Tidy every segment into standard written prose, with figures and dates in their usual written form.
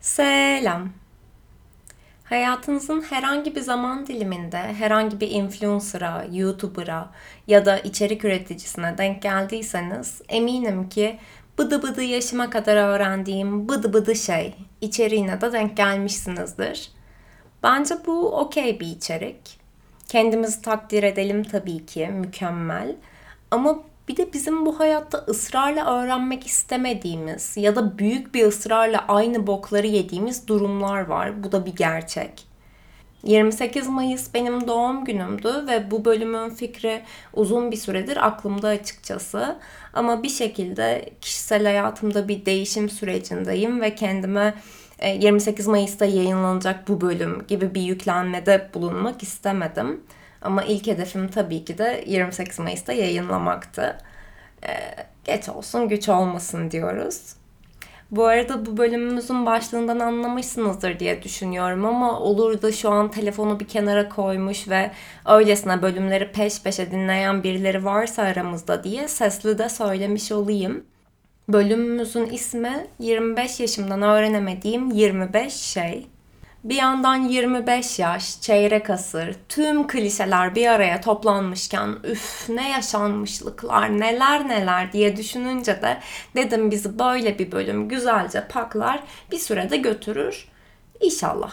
Selam. Hayatınızın herhangi bir zaman diliminde herhangi bir influencer'a, YouTuber'a ya da içerik üreticisine denk geldiyseniz eminim ki bıdı bıdı yaşıma kadar öğrendiğim bıdı bıdı şey içeriğine de denk gelmişsinizdir. Bence bu okey bir içerik. Kendimizi takdir edelim tabii ki, mükemmel. Ama bir de bizim bu hayatta ısrarla öğrenmek istemediğimiz ya da büyük bir ısrarla aynı bokları yediğimiz durumlar var. Bu da bir gerçek. 28 Mayıs benim doğum günümdü ve bu bölümün fikri uzun bir süredir aklımda açıkçası. Ama bir şekilde kişisel hayatımda bir değişim sürecindeyim ve kendime 28 Mayıs'ta yayınlanacak bu bölüm gibi bir yüklenmede bulunmak istemedim. Ama ilk hedefim tabii ki de 28 Mayıs'ta yayınlamaktı. Geç olsun güç olmasın diyoruz. Bu arada bu bölümümüzün başlığından anlamışsınızdır diye düşünüyorum ama olur da şu an telefonu bir kenara koymuş ve öylesine bölümleri peş peşe dinleyen birileri varsa aramızda diye sesli de söylemiş olayım. Bölümümüzün ismi 25 yaşımdan öğrenemediğim 25 şey. Bir yandan 25 yaş, çeyrek asır, tüm klişeler bir araya toplanmışken üf ne yaşanmışlıklar neler neler diye düşününce de dedim bizi böyle bir bölüm güzelce paklar bir sürede götürür. İnşallah.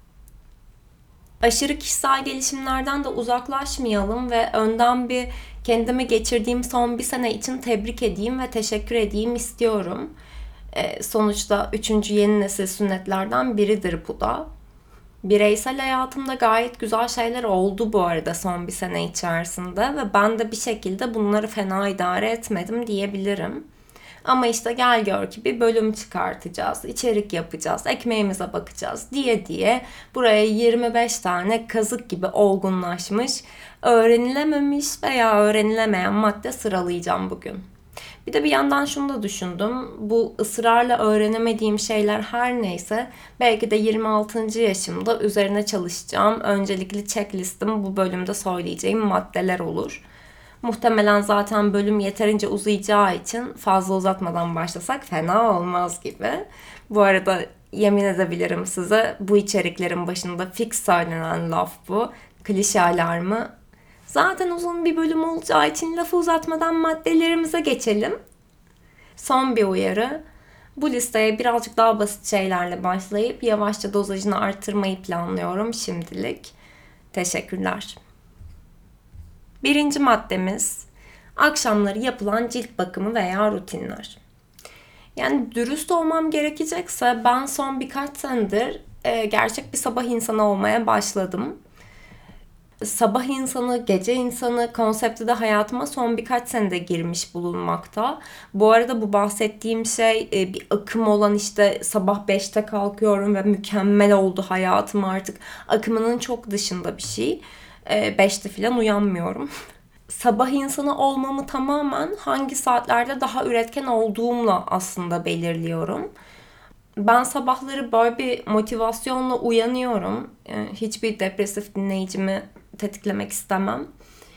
Aşırı kişisel gelişimlerden de uzaklaşmayalım ve önden bir kendimi geçirdiğim son bir sene için tebrik edeyim ve teşekkür edeyim istiyorum. Sonuçta 3. yeni nesil sünnetlerden biridir bu da. Bireysel hayatımda gayet güzel şeyler oldu bu arada son bir sene içerisinde ve ben de bir şekilde bunları fena idare etmedim diyebilirim. Ama işte gel gör ki bir bölüm çıkartacağız, içerik yapacağız, ekmeğimize bakacağız diye diye buraya 25 tane kazık gibi olgunlaşmış, öğrenilememiş veya öğrenilemeyen madde sıralayacağım bugün. Bir de bir yandan şunu da düşündüm. Bu ısrarla öğrenemediğim şeyler her neyse belki de 26. yaşımda üzerine çalışacağım. Öncelikli checklistim bu bölümde söyleyeceğim maddeler olur. Muhtemelen zaten bölüm yeterince uzayacağı için fazla uzatmadan başlasak fena olmaz gibi. Bu arada yemin edebilirim size bu içeriklerin başında fix söylenen laf bu. Klişe alarmı. Zaten uzun bir bölüm olacağı için lafı uzatmadan maddelerimize geçelim. Son bir uyarı. Bu listeye birazcık daha basit şeylerle başlayıp yavaşça dozajını artırmayı planlıyorum şimdilik. Teşekkürler. Birinci maddemiz akşamları yapılan cilt bakımı veya rutinler. Yani dürüst olmam gerekecekse ben son birkaç senedir gerçek bir sabah insanı olmaya başladım. Sabah insanı, gece insanı konsepti de hayatıma son birkaç senede girmiş bulunmakta. Bu arada bu bahsettiğim şey bir akım olan işte sabah 5'te kalkıyorum ve mükemmel oldu hayatım artık. Akımının çok dışında bir şey. 5'te falan uyanmıyorum. Sabah insanı olmamı tamamen hangi saatlerde daha üretken olduğumla aslında belirliyorum. Ben sabahları böyle bir motivasyonla uyanıyorum. Hiçbir depresif dinleyicimi tetiklemek istemem.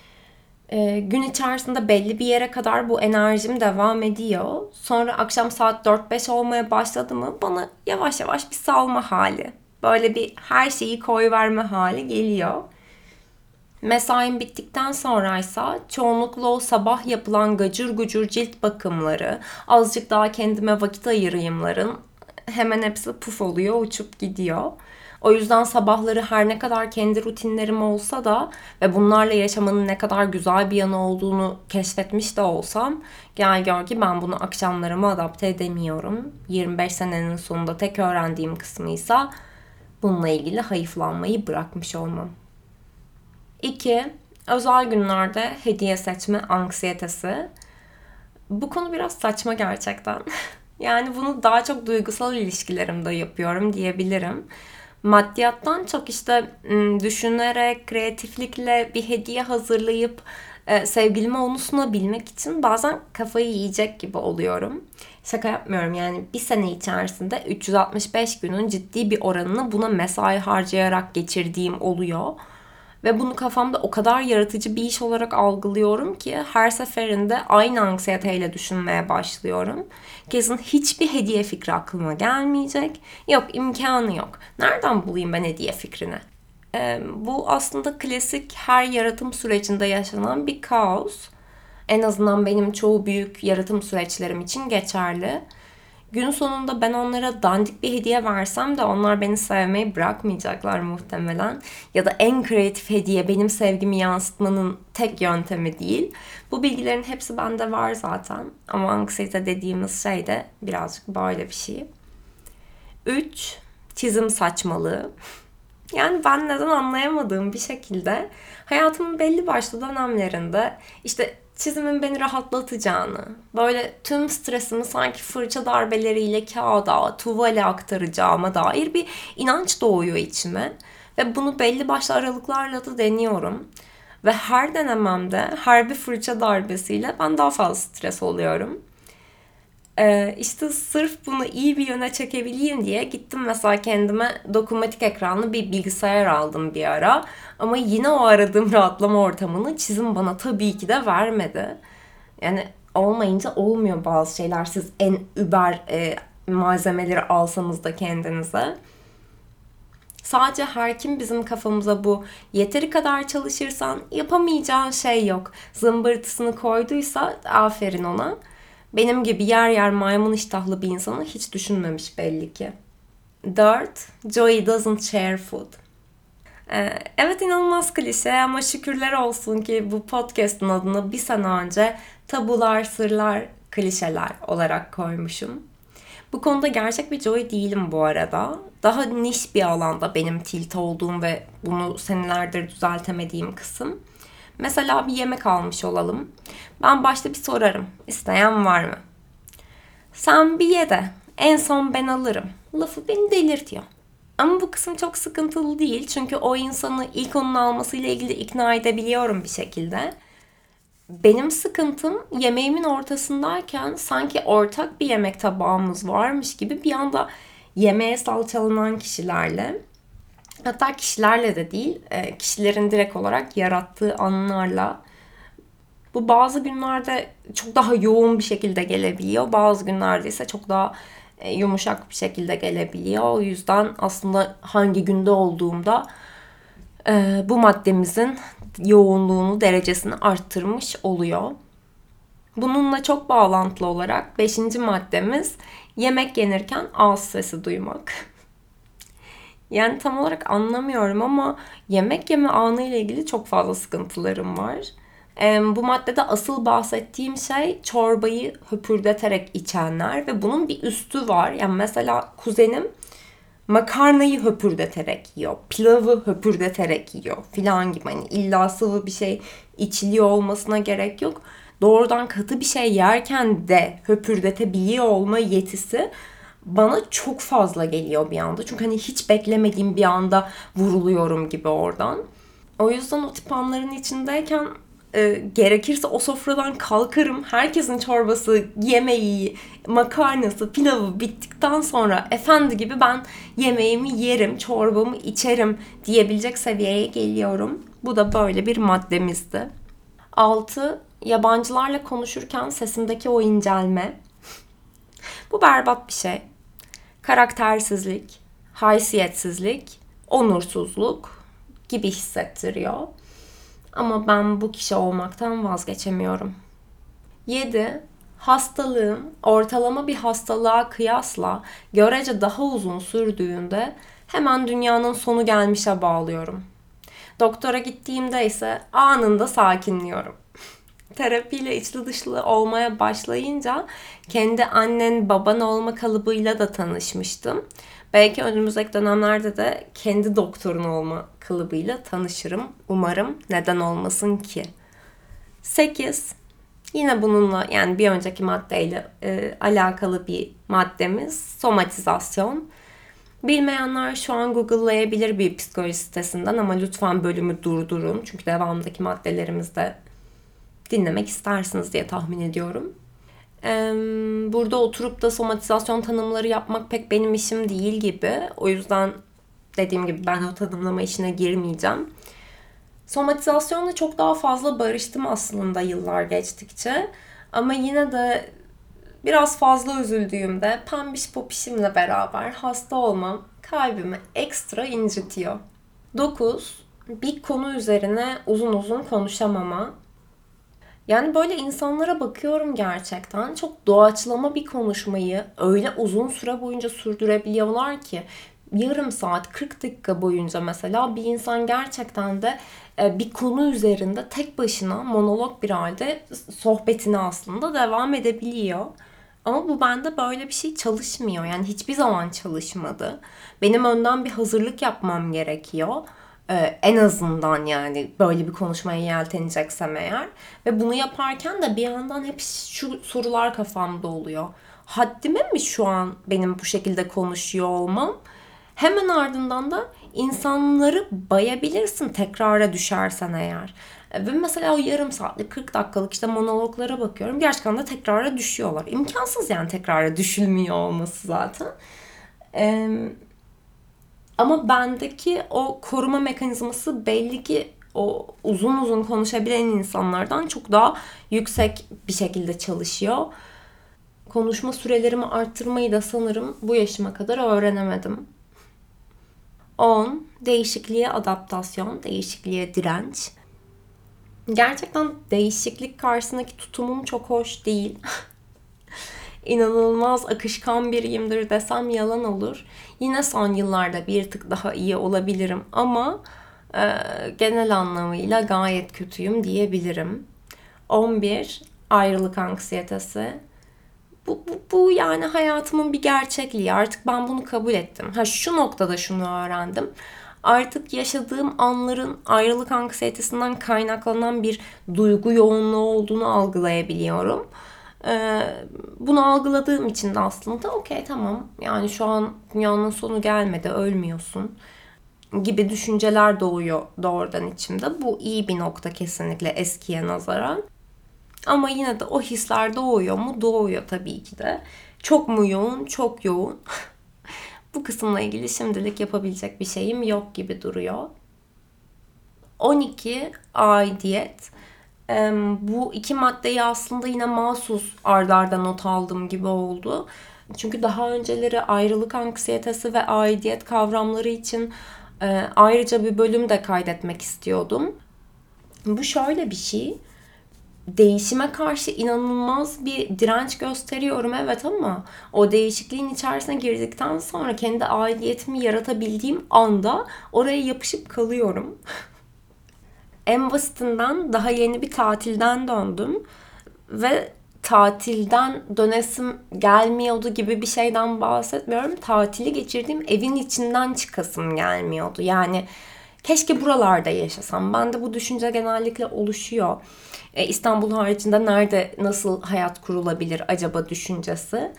Gün içerisinde belli bir yere kadar bu enerjim devam ediyor. Sonra akşam saat 4-5 olmaya başladı mı bana yavaş yavaş bir salma hali. Böyle bir her şeyi koyverme hali geliyor. Mesaim bittikten sonraysa çoğunlukla o sabah yapılan gacır gucur cilt bakımları, azıcık daha kendime vakit ayırayımların hemen hepsi puf oluyor, uçup gidiyor. O yüzden sabahları her ne kadar kendi rutinlerim olsa da ve bunlarla yaşamanın ne kadar güzel bir yanı olduğunu keşfetmiş de olsam gel gör ki ben bunu akşamlarıma adapte edemiyorum. 25 senenin sonunda tek öğrendiğim kısmıysa bununla ilgili hayıflanmayı bırakmış olmam. 2. Özel günlerde hediye seçme anksiyetesi. Bu konu biraz saçma gerçekten. Yani bunu daha çok duygusal ilişkilerimde yapıyorum diyebilirim. Maddiyattan çok işte düşünerek, kreatiflikle bir hediye hazırlayıp sevgilime onu sunabilmek için bazen kafayı yiyecek gibi oluyorum. Şaka yapmıyorum yani bir sene içerisinde 365 günün ciddi bir oranını buna mesai harcayarak geçirdiğim oluyor. Ve bunu kafamda o kadar yaratıcı bir iş olarak algılıyorum ki her seferinde aynı anksiyeteyle düşünmeye başlıyorum. Kesin hiçbir hediye fikri aklıma gelmeyecek. Yok, imkanı yok. Nereden bulayım ben hediye fikrini? Bu aslında klasik her yaratım sürecinde yaşanan bir kaos. En azından benim çoğu büyük yaratım süreçlerim için geçerli. Gün sonunda ben onlara dandik bir hediye versem de onlar beni sevmeyi bırakmayacaklar muhtemelen. Ya da en kreatif hediye benim sevgimi yansıtmanın tek yöntemi değil. Bu bilgilerin hepsi bende var zaten. Ama anksiyete dediğimiz şey de birazcık böyle bir şey. 3. Çizim saçmalığı. Yani ben neden anlayamadığım bir şekilde hayatımın belli başlı dönemlerinde işte çizimin beni rahatlatacağını, böyle tüm stresimi sanki fırça darbeleriyle kağıda, tuvale aktaracağıma dair bir inanç doğuyor içime. Ve bunu belli başlı aralıklarla da deniyorum. Ve her denememde, her bir fırça darbesiyle ben daha fazla stres oluyorum. İşte sırf bunu iyi bir yöne çekebileyim diye gittim mesela kendime dokunmatik ekranlı bir bilgisayar aldım bir ara. Ama yine o aradığım rahatlama ortamını çizim bana tabii ki de vermedi. Yani olmayınca olmuyor bazı şeyler. Siz en über malzemeleri alsanız da kendinize. Sadece her kim bizim kafamıza bu yeteri kadar çalışırsan yapamayacağın şey yok zımbırtısını koyduysa aferin ona. Benim gibi yer yer maymun iştahlı bir insanı hiç düşünmemiş belli ki. 4. Joey doesn't share food. Evet, inanılmaz klişe ama şükürler olsun ki bu podcast'ın adını bir sene önce tabular, sırlar, klişeler olarak koymuşum. Bu konuda gerçek bir Joey değilim bu arada. Daha niş bir alanda benim tilt olduğum ve bunu senelerdir düzeltemediğim kısım. Mesela bir yemek almış olalım. Ben başta bir sorarım. İsteyen var mı? Sen bir ye de en son ben alırım. Lafı beni delirtiyor. Ama bu kısım çok sıkıntılı değil. Çünkü o insanı ilk onun almasıyla ilgili ikna edebiliyorum bir şekilde. Benim sıkıntım yemeğimin ortasındayken sanki ortak bir yemek tabağımız varmış gibi bir anda yemeğe salçalanan kişilerle, hatta kişilerle de değil, kişilerin direkt olarak yarattığı anlarla. Bu bazı günlerde çok daha yoğun bir şekilde gelebiliyor. Bazı günlerde ise çok daha yumuşak bir şekilde gelebiliyor. O yüzden aslında hangi günde olduğumda bu maddemizin yoğunluğunu, derecesini arttırmış oluyor. Bununla çok bağlantılı olarak 5. maddemiz yemek yenirken ağız sesi duymak. Yani tam olarak anlamıyorum ama yemek yeme anı ile ilgili çok fazla sıkıntılarım var. Bu maddede asıl bahsettiğim şey çorbayı höpürdeterek içenler ve bunun bir üstü var. Yani mesela kuzenim makarnayı höpürdeterek yiyor, pilavı höpürdeterek yiyor filan gibi. Hani illa sıvı bir şey içiliyor olmasına gerek yok. Doğrudan katı bir şey yerken de höpürdetebiliyor olma yetisi bana çok fazla geliyor bir anda. Çünkü hani hiç beklemediğim bir anda vuruluyorum gibi oradan. O yüzden o tip anların içindeyken gerekirse o sofradan kalkarım. Herkesin çorbası, yemeği, makarnası, pilavı bittikten sonra efendi gibi ben yemeğimi yerim, çorbamı içerim diyebilecek seviyeye geliyorum. Bu da böyle bir maddemizdi. 6. Yabancılarla konuşurken sesimdeki o incelme. Bu berbat bir şey. Karaktersizlik, haysiyetsizlik, onursuzluk gibi hissettiriyor. Ama ben bu kişi olmaktan vazgeçemiyorum. 7. Hastalığım ortalama bir hastalığa kıyasla görece daha uzun sürdüğünde hemen dünyanın sonu gelmişe bağlıyorum. Doktora gittiğimde ise anında sakinliyorum. Terapiyle içli dışlı olmaya başlayınca kendi annen baban olma kalıbıyla da tanışmıştım. Belki önümüzdeki dönemlerde de kendi doktorun olma kalıbıyla tanışırım. Umarım, neden olmasın ki. 8. Yine bununla, yani bir önceki maddeyle alakalı bir maddemiz somatizasyon. Bilmeyenler şu an Google'layabilir bir psikoloji sitesinden ama lütfen bölümü durdurun. Çünkü devamındaki maddelerimizde dinlemek istersiniz diye tahmin ediyorum. Burada oturup da somatizasyon tanımları yapmak pek benim işim değil gibi. O yüzden dediğim gibi ben o tanımlama işine girmeyeceğim. Somatizasyonla çok daha fazla barıştım aslında yıllar geçtikçe. Ama yine de biraz fazla üzüldüğümde pembiş popişimle beraber hasta olmam kalbimi ekstra incitiyor. 9. Bir konu üzerine uzun uzun konuşamama. Yani böyle insanlara bakıyorum gerçekten. Çok doğaçlama bir konuşmayı öyle uzun süre boyunca sürdürebiliyorlar ki yarım saat, 40 dakika boyunca mesela bir insan gerçekten de bir konu üzerinde tek başına monolog bir halde sohbetine aslında devam edebiliyor. Ama bu bende böyle bir şey çalışmıyor. Yani hiçbir zaman çalışmadı. Benim önden bir hazırlık yapmam gerekiyor. En azından yani böyle bir konuşmaya yelteneceksem eğer. Ve bunu yaparken de bir yandan hep şu sorular kafamda oluyor. Haddime mi şu an benim bu şekilde konuşuyor olmam? Hemen ardından da insanları bayabilirsin tekrara düşersen eğer. Ve mesela o yarım saatlik 40 dakikalık işte monologlara bakıyorum. Gerçekten de tekrara düşüyorlar. İmkansız yani tekrara düşülmüyor olması zaten. Ama bendeki o koruma mekanizması belli ki o uzun uzun konuşabilen insanlardan çok daha yüksek bir şekilde çalışıyor. Konuşma sürelerimi arttırmayı da sanırım bu yaşıma kadar öğrenemedim. 10. Değişikliğe adaptasyon, değişikliğe direnç. Gerçekten değişiklik karşısındaki tutumum çok hoş değil. İnanılmaz akışkan biriyimdir desem yalan olur. Yine son yıllarda bir tık daha iyi olabilirim ama genel anlamıyla gayet kötüyüm diyebilirim. 11. Ayrılık anksiyetesi. Bu yani hayatımın bir gerçekliği. Artık ben bunu kabul ettim. Şu noktada şunu öğrendim. Artık yaşadığım anların ayrılık anksiyetesinden kaynaklanan bir duygu yoğunluğu olduğunu algılayabiliyorum. Bunu algıladığım için de aslında okey tamam yani şu an dünyanın sonu gelmedi, ölmüyorsun gibi düşünceler doğuyor doğrudan içimde. Bu iyi bir nokta kesinlikle eskiye nazaran. Ama yine de o hisler doğuyor mu? Doğuyor tabii ki de. Çok mu yoğun? Çok yoğun. Bu kısımla ilgili şimdilik yapabilecek bir şeyim yok gibi duruyor. 12. Aidiyet. Bu iki maddeyi aslında yine mahsus ard arda not aldığım gibi oldu. Çünkü daha önceleri ayrılık anksiyetesi ve aidiyet kavramları için ayrıca bir bölüm de kaydetmek istiyordum. Bu şöyle bir şey. Değişime karşı inanılmaz bir direnç gösteriyorum evet ama o değişikliğin içerisine girdikten sonra kendi aidiyetimi yaratabildiğim anda oraya yapışıp kalıyorum. En basitinden daha yeni bir tatilden döndüm ve tatilden dönesim gelmiyordu gibi bir şeyden bahsetmiyorum. Tatili geçirdiğim evin içinden çıkasım gelmiyordu. Yani keşke buralarda yaşasam. Bende bu düşünce genellikle oluşuyor. İstanbul haricinde nerede nasıl hayat kurulabilir acaba düşüncesi.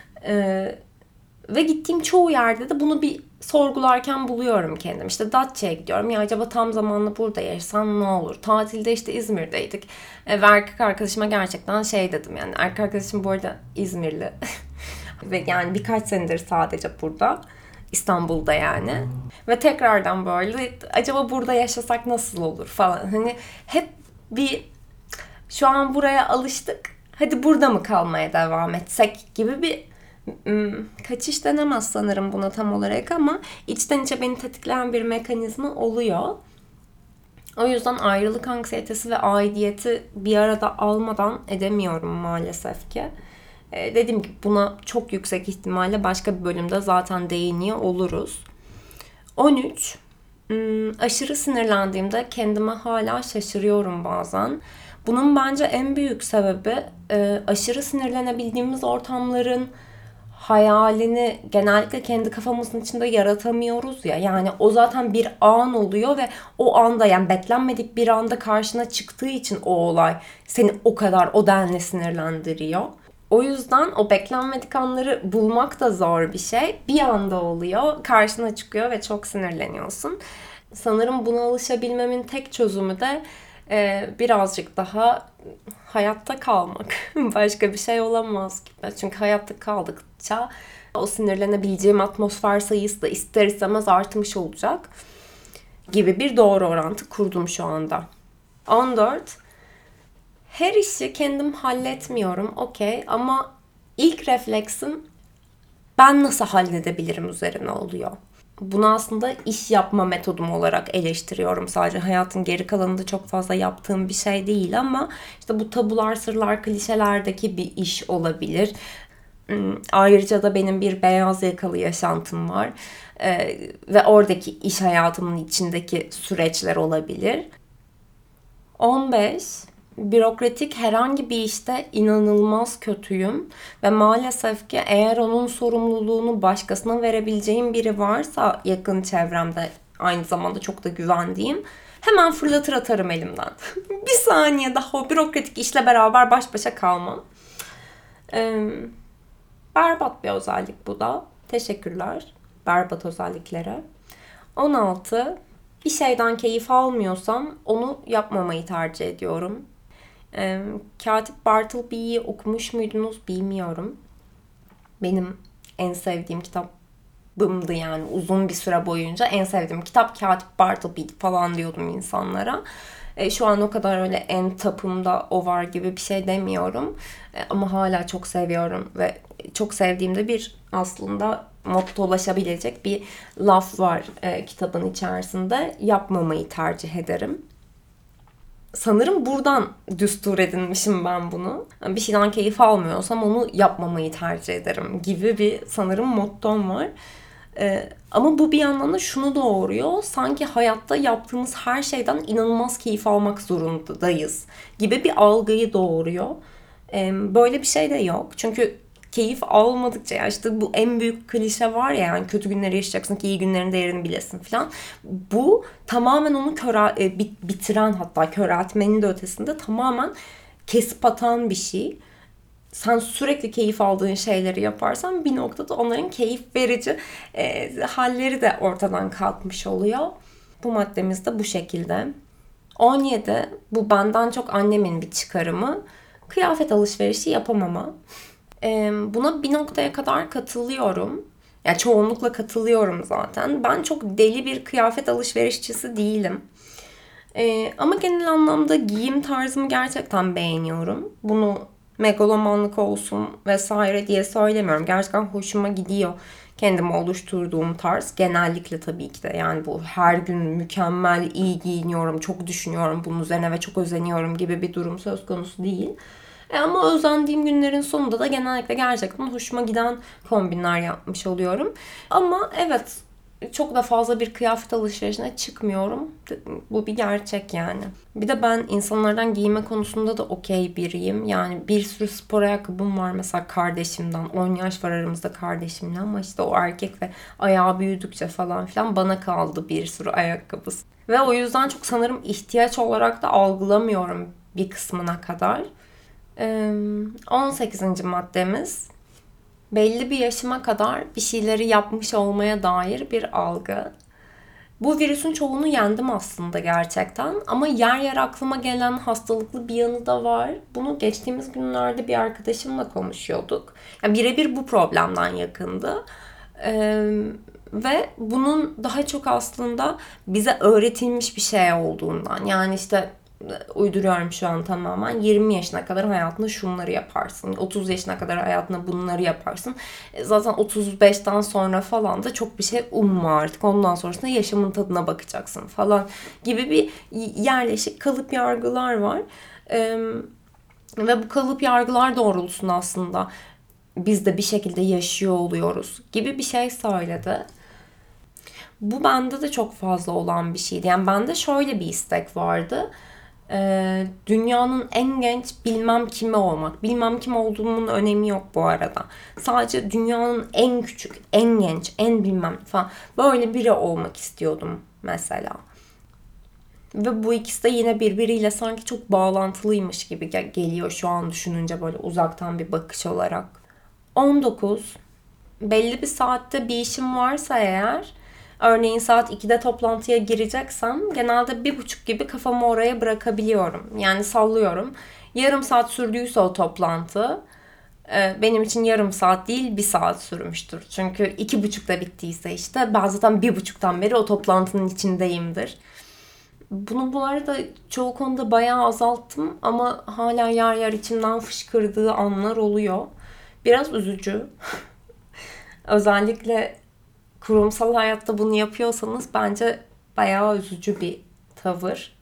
Ve gittiğim çoğu yerde de bunu bir sorgularken buluyorum kendim. İşte Datça'ya gidiyorum. Ya acaba tam zamanlı burada yaşasam ne olur? Tatilde işte İzmir'deydik. Ve erkek arkadaşıma gerçekten şey dedim yani. Erkek arkadaşım bu arada İzmirli. Ve yani birkaç senedir sadece burada. İstanbul'da yani. Ve tekrardan böyle acaba burada yaşasak nasıl olur falan. Hani hep bir şu an buraya alıştık. Hadi burada mı kalmaya devam etsek gibi bir kaçış denemez sanırım buna tam olarak ama içten içe beni tetikleyen bir mekanizma oluyor. O yüzden ayrılık anksiyetesi ve aidiyeti bir arada almadan edemiyorum maalesef ki. Dediğim gibi buna çok yüksek ihtimalle başka bir bölümde zaten değiniyor oluruz. 13. Aşırı sinirlendiğimde kendime hala şaşırıyorum bazen. Bunun bence en büyük sebebi aşırı sinirlenebildiğimiz ortamların hayalini genellikle kendi kafamızın içinde yaratamıyoruz ya. Yani o zaten bir an oluyor ve o anda yani beklenmedik bir anda karşına çıktığı için o olay seni o kadar o denli sinirlendiriyor. O yüzden o beklenmedik anları bulmak da zor bir şey. Bir anda oluyor, karşına çıkıyor ve çok sinirleniyorsun. Sanırım buna alışabilmemin tek çözümü de birazcık daha hayatta kalmak. Başka bir şey olamaz gibi. Çünkü hayatta kaldıkça o sinirlenebileceğim atmosfer sayısı da ister istemez artmış olacak. gibi bir doğru orantı kurdum şu anda. 14. Her işi kendim halletmiyorum, okey, ama ilk refleksim ben nasıl halledebilirim üzerine oluyor. Bunu aslında iş yapma metodum olarak eleştiriyorum. Sadece hayatın geri kalanında çok fazla yaptığım bir şey değil ama işte bu tabular, sırlar, klişelerdeki bir iş olabilir. Ayrıca da benim bir beyaz yakalı yaşantım var. Ve oradaki iş hayatımın içindeki süreçler olabilir. 15. Bürokratik herhangi bir işte inanılmaz kötüyüm ve maalesef ki eğer onun sorumluluğunu başkasına verebileceğim biri varsa yakın çevremde, aynı zamanda çok da güvendiğim, hemen fırlatır atarım elimden. Bir saniye daha o bürokratik işle beraber baş başa kalmam. Berbat bir özellik bu da. Teşekkürler berbat özelliklere. 16. Bir şeyden keyif almıyorsam onu yapmamayı tercih ediyorum. Katip Bartleby'yi okumuş muydunuz bilmiyorum. Benim en sevdiğim kitabımdı yani uzun bir süre boyunca. En sevdiğim kitap Katip Bartleby falan diyordum insanlara. Şu an o kadar öyle en tapımda o var gibi bir şey demiyorum. Ama hala çok seviyorum ve çok sevdiğimde bir aslında mottolaşabilecek bir laf var kitabın içerisinde. Yapmamayı tercih ederim. Sanırım buradan düstur edinmişim ben bunu. Bir şeyden keyif almıyorsam onu yapmamayı tercih ederim gibi bir sanırım mottom var. Ama bu bir yandan da şunu doğuruyor. Sanki hayatta yaptığımız her şeyden inanılmaz keyif almak zorundayız gibi bir algıyı doğuruyor. Böyle bir şey de yok. Çünkü keyif almadıkça ya işte bu en büyük klişe var ya, yani kötü günleri yaşayacaksın ki iyi günlerin değerini bilesin falan. Bu tamamen onu bitiren, hatta köreltmenin de ötesinde tamamen kesip atan bir şey. Sen sürekli keyif aldığın şeyleri yaparsan bir noktada onların keyif verici halleri de ortadan kalkmış oluyor. Bu maddemiz de bu şekilde. 17. Bu benden çok annemin bir çıkarımı. Kıyafet alışverişi yapamama. Buna bir noktaya kadar katılıyorum. Yani çoğunlukla katılıyorum zaten. Ben çok deli bir kıyafet alışverişçisi değilim. Ama genel anlamda giyim tarzımı gerçekten beğeniyorum. Bunu megalomanlık olsun vesaire diye söylemiyorum. Gerçekten hoşuma gidiyor kendime oluşturduğum tarz. Genellikle tabii ki de, yani bu her gün mükemmel iyi giyiniyorum, çok düşünüyorum bunun üzerine ve çok özeniyorum gibi bir durum söz konusu değil. Ama özendiğim günlerin sonunda da genellikle gerçekten hoşuma giden kombinler yapmış oluyorum. Ama evet, çok da fazla bir kıyafet alışverişine çıkmıyorum. Bu bir gerçek yani. Bir de ben insanlardan giyme konusunda da okey biriyim. Yani bir sürü spor ayakkabım var mesela kardeşimden. 10 yaş var aramızda kardeşimle ama işte o erkek ve ayağı büyüdükçe falan filan bana kaldı bir sürü ayakkabısı. Ve o yüzden çok sanırım ihtiyaç olarak da algılamıyorum bir kısmına kadar. 18. maddemiz belli bir yaşıma kadar bir şeyleri yapmış olmaya dair bir algı. Bu virüsün çoğunu yendim aslında gerçekten. Ama yer yer aklıma gelen hastalıklı bir yanı da var. Bunu geçtiğimiz günlerde bir arkadaşımla konuşuyorduk. Yani birebir bu problemden yakındı. Ve bunun daha çok aslında bize öğretilmiş bir şey olduğundan. Yani işte uyduruyorum şu an tamamen. 20 yaşına kadar hayatında şunları yaparsın. 30 yaşına kadar hayatında bunları yaparsın. Zaten 35'ten sonra falan da çok bir şey umma artık. Ondan sonrasında yaşamın tadına bakacaksın falan gibi bir yerleşik kalıp yargılar var. Ve bu kalıp yargılar doğrultusunda aslında biz de bir şekilde yaşıyor oluyoruz gibi bir şey söyledi. Bu bende de çok fazla olan bir şeydi. Yani bende şöyle bir istek vardı. Dünyanın en genç bilmem kimi olmak. Bilmem kim olduğumun önemi yok bu arada. Sadece dünyanın en küçük, en genç, en bilmem falan böyle biri olmak istiyordum mesela. Ve bu ikisi de yine birbiriyle sanki çok bağlantılıymış gibi geliyor şu an düşününce, böyle uzaktan bir bakış olarak. 19. Belli bir saatte bir işim varsa eğer, örneğin saat 2'de toplantıya gireceksem genelde 1:30 gibi kafamı oraya bırakabiliyorum. Yani sallıyorum. Yarım saat sürdüyse o toplantı, Benim için yarım saat değil 1 saat sürmüştür. Çünkü 2.30'da bittiyse işte ben zaten 1.30'dan beri o toplantının içindeyimdir. Bunu bu arada çoğu konuda bayağı azalttım ama hala yer yer içimden fışkırdığı anlar oluyor. Biraz üzücü. Özellikle kurumsal hayatta bunu yapıyorsanız bence bayağı üzücü bir tavır.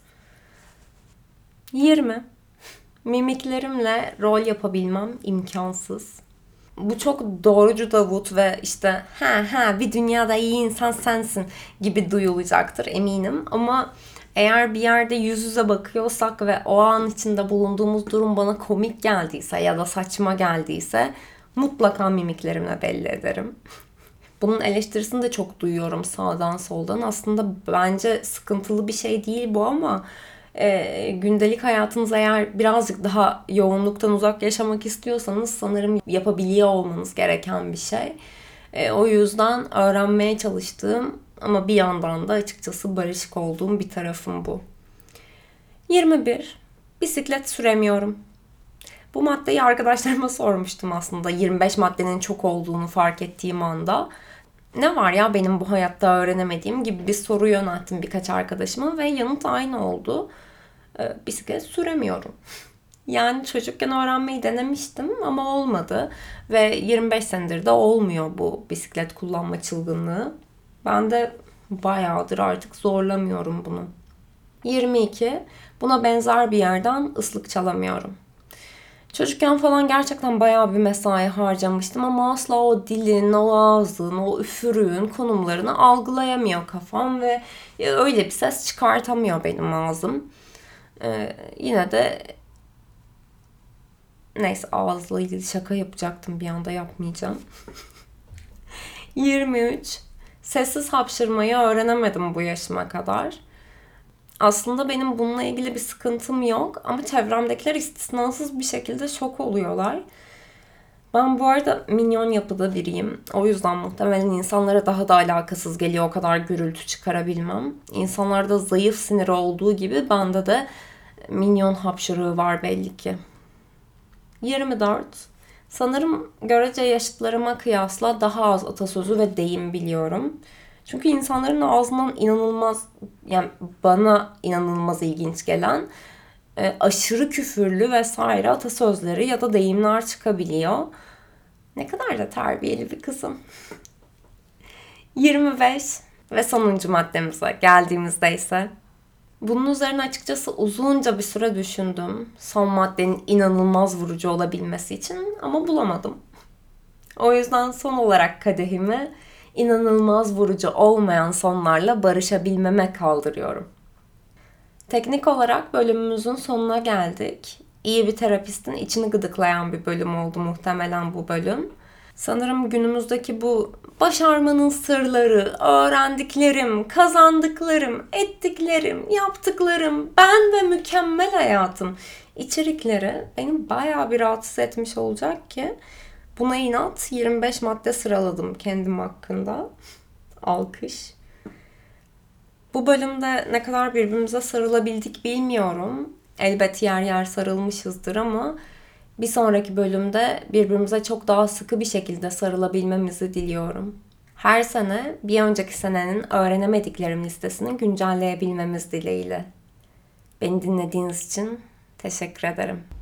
20. Mimiklerimle rol yapabilmem imkansız. Bu çok doğrucu Davut ve işte ha bir dünyada iyi insan sensin gibi duyulacaktır eminim. Ama eğer bir yerde yüz yüze bakıyorsak ve o an içinde bulunduğumuz durum bana komik geldiyse ya da saçma geldiyse mutlaka mimiklerimle belli ederim. Bunun eleştirisini de çok duyuyorum sağdan soldan. Aslında bence sıkıntılı bir şey değil bu ama gündelik hayatınız eğer birazcık daha yoğunluktan uzak yaşamak istiyorsanız sanırım yapabiliyor olmanız gereken bir şey. O yüzden öğrenmeye çalıştığım ama bir yandan da açıkçası barışık olduğum bir tarafım bu. 21. Bisiklet süremiyorum. Bu maddeyi arkadaşlarıma sormuştum aslında 25 maddenin çok olduğunu fark ettiğim anda. Ne var ya benim bu hayatta öğrenemediğim gibi bir soru yönelttim birkaç arkadaşıma ve yanıt aynı oldu. Bisiklet süremiyorum. Yani çocukken öğrenmeyi denemiştim ama olmadı. Ve 25 senedir de olmuyor bu bisiklet kullanma çılgınlığı. Ben de bayağıdır artık zorlamıyorum bunu. 22. Buna benzer bir yerden ıslık çalamıyorum. Çocukken falan gerçekten bayağı bir mesai harcamıştım ama asla o dilin, o ağzın, o üfürüğün konumlarını algılayamıyor kafam ve öyle bir ses çıkartamıyor benim ağzım. Yine de neyse ağızla ilgili şaka yapacaktım bir anda yapmayacağım. 23. Sessiz hapşırmayı öğrenemedim bu yaşıma kadar. Aslında benim bununla ilgili bir sıkıntım yok ama çevremdekiler istisnasız bir şekilde şok oluyorlar. Ben bu arada minyon yapıda biriyim. O yüzden muhtemelen insanlara daha da alakasız geliyor o kadar gürültü çıkarabilmem. İnsanlarda zayıf siniri olduğu gibi bende de minyon hapşırığı var belli ki. 24. Sanırım görece yaşıtlarıma kıyasla daha az atasözü ve deyim biliyorum. Çünkü insanların ağzından inanılmaz, yani bana inanılmaz ilginç gelen aşırı küfürlü vesaire atasözleri ya da deyimler çıkabiliyor. Ne kadar da terbiyeli bir kızım. 25 ve sonuncu maddemize geldiğimizde ise bunun üzerine açıkçası uzunca bir süre düşündüm. Son maddenin inanılmaz vurucu olabilmesi için ama bulamadım. O yüzden son olarak kadehimi inanılmaz vurucu olmayan sonlarla barışabilmeme kaldırıyorum. Teknik olarak bölümümüzün sonuna geldik. İyi bir terapistin içini gıdıklayan bir bölüm oldu muhtemelen bu bölüm. Sanırım günümüzdeki bu başarmanın sırları, öğrendiklerim, kazandıklarım, ettiklerim, yaptıklarım, ben ve mükemmel hayatım içerikleri beni bayağı bir rahatsız etmiş olacak ki buna inat 25 madde sıraladım kendim hakkında. Alkış. Bu bölümde ne kadar birbirimize sarılabildik bilmiyorum. Elbet yer yer sarılmışızdır ama bir sonraki bölümde birbirimize çok daha sıkı bir şekilde sarılabilmemizi diliyorum. Her sene bir önceki senenin öğrenemediklerim listesini güncelleyebilmemiz dileğiyle. Beni dinlediğiniz için teşekkür ederim.